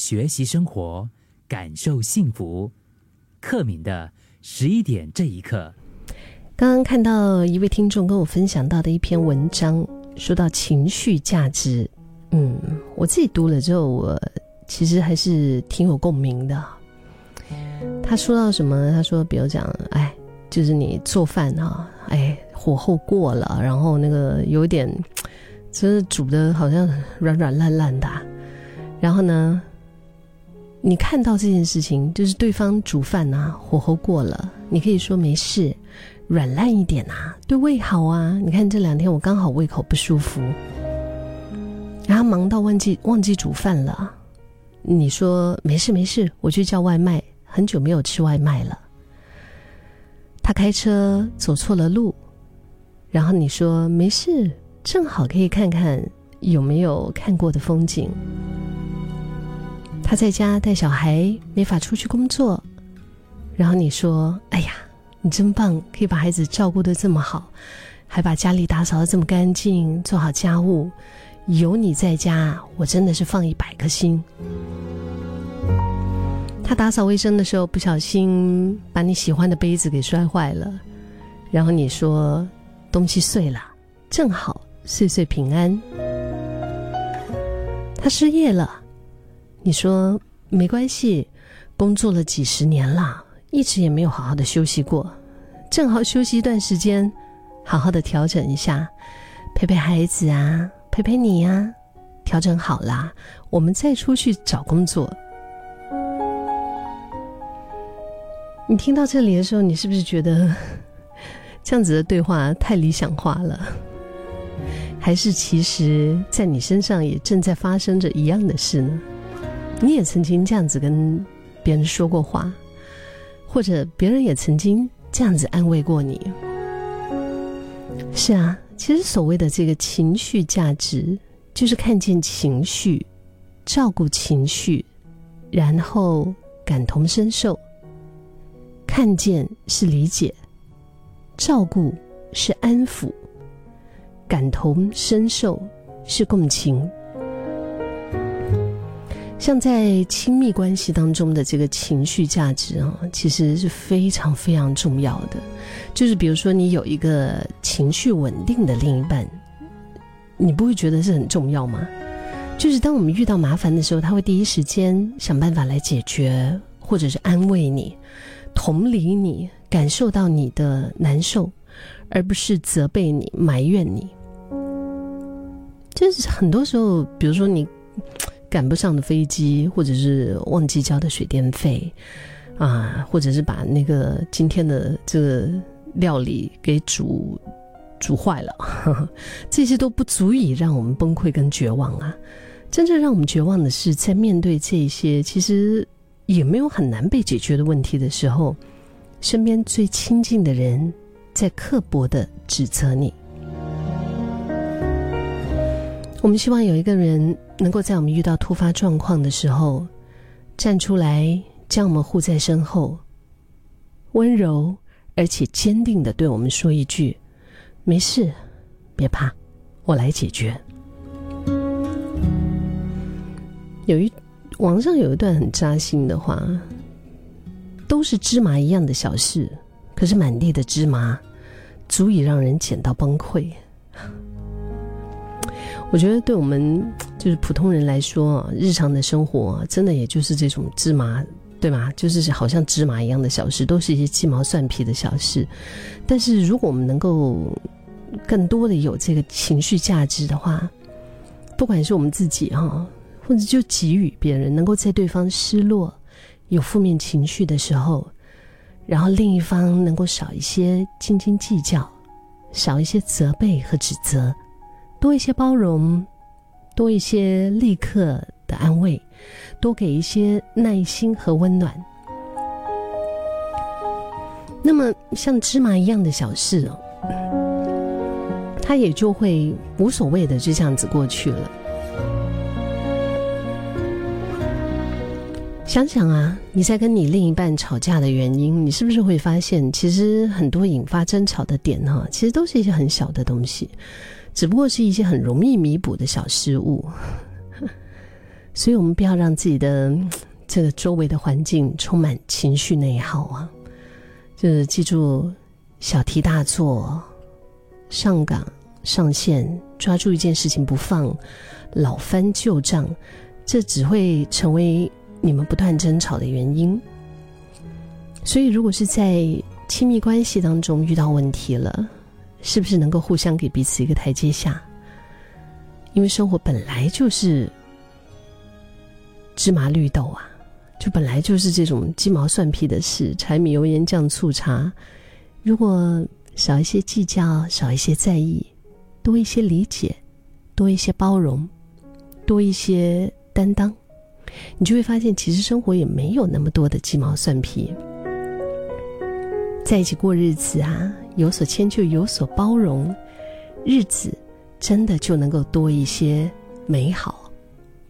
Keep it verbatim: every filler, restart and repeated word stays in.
学习生活，感受幸福。克敏的十一点这一刻。 刚刚看到一位听众跟我分享到的一篇文章，说到情绪价值。嗯，我自己读了之后，我其实还是挺有共鸣的。他说到什么？他说比如讲，哎，就是你做饭啊，哎，火候过了，然后那个有点就是煮的好像软软烂烂的，然后呢你看到这件事情，就是对方煮饭啊火候过了，你可以说没事，软烂一点啊，对胃好啊，你看这两天我刚好胃口不舒服，然后忙到忘记忘记煮饭了，你说没事没事，我去叫外卖，很久没有吃外卖了。他开车走错了路，然后你说没事，正好可以看看有没有看过的风景。他在家带小孩，没法出去工作，然后你说哎呀，你真棒，可以把孩子照顾得这么好，还把家里打扫得这么干净，做好家务，有你在家，我真的是放一百颗心。他打扫卫生的时候不小心把你喜欢的杯子给摔坏了，然后你说东西碎了，正好岁岁平安。他失业了，你说没关系，工作了几十年了，一直也没有好好的休息过，正好休息一段时间，好好的调整一下，陪陪孩子啊，陪陪你啊，调整好啦，我们再出去找工作。你听到这里的时候，你是不是觉得这样子的对话太理想化了？还是其实在你身上也正在发生着一样的事呢？你也曾经这样子跟别人说过话，或者别人也曾经这样子安慰过你。是啊，其实所谓的这个情绪价值，就是看见情绪，照顾情绪，然后感同身受。看见是理解，照顾是安抚，感同身受是共情。像在亲密关系当中的这个情绪价值啊，其实是非常非常重要的。就是比如说你有一个情绪稳定的另一半，你不会觉得是很重要吗？就是当我们遇到麻烦的时候，他会第一时间想办法来解决，或者是安慰你，同理你，感受到你的难受，而不是责备你，埋怨你。就是很多时候，比如说你赶不上的飞机，或者是忘记交的水电费啊，或者是把那个今天的这个料理给煮煮坏了，呵呵，这些都不足以让我们崩溃跟绝望啊。真正让我们绝望的是，在面对这些其实也没有很难被解决的问题的时候，身边最亲近的人在刻薄地指责你。我们希望有一个人能够在我们遇到突发状况的时候站出来，将我们护在身后，温柔而且坚定地对我们说一句，没事，别怕，我来解决。有一网上有一段很扎心的话，都是芝麻一样的小事，可是满地的芝麻足以让人捡到崩溃。我觉得对我们就是普通人来说，日常的生活真的也就是这种芝麻，对吗？就是好像芝麻一样的小事，都是一些鸡毛蒜皮的小事。但是如果我们能够更多的有这个情绪价值的话，不管是我们自己哈，或者就给予别人，能够在对方失落有负面情绪的时候，然后另一方能够少一些斤斤计较，少一些责备和指责，多一些包容，多一些立刻的安慰，多给一些耐心和温暖。那么像芝麻一样的小事哦，它也就会无所谓的就这样子过去了。想想啊，你在跟你另一半吵架的原因，你是不是会发现其实很多引发争吵的点哈，其实都是一些很小的东西，只不过是一些很容易弥补的小失误。 所以我们不要让自己的这个周围的环境充满情绪内耗啊，就是记住小题大做，上岗上线，抓住一件事情不放，老翻旧账，这只会成为你们不断争吵的原因。所以如果是在亲密关系当中遇到问题了，是不是能够互相给彼此一个台阶下？因为生活本来就是芝麻绿豆啊，就本来就是这种鸡毛蒜皮的事，柴米油盐酱醋茶。如果少一些计较，少一些在意，多一些理解，多一些包容，多一些担当，你就会发现其实生活也没有那么多的鸡毛蒜皮。在一起过日子啊，有所迁就，有所包容，日子真的就能够多一些美好。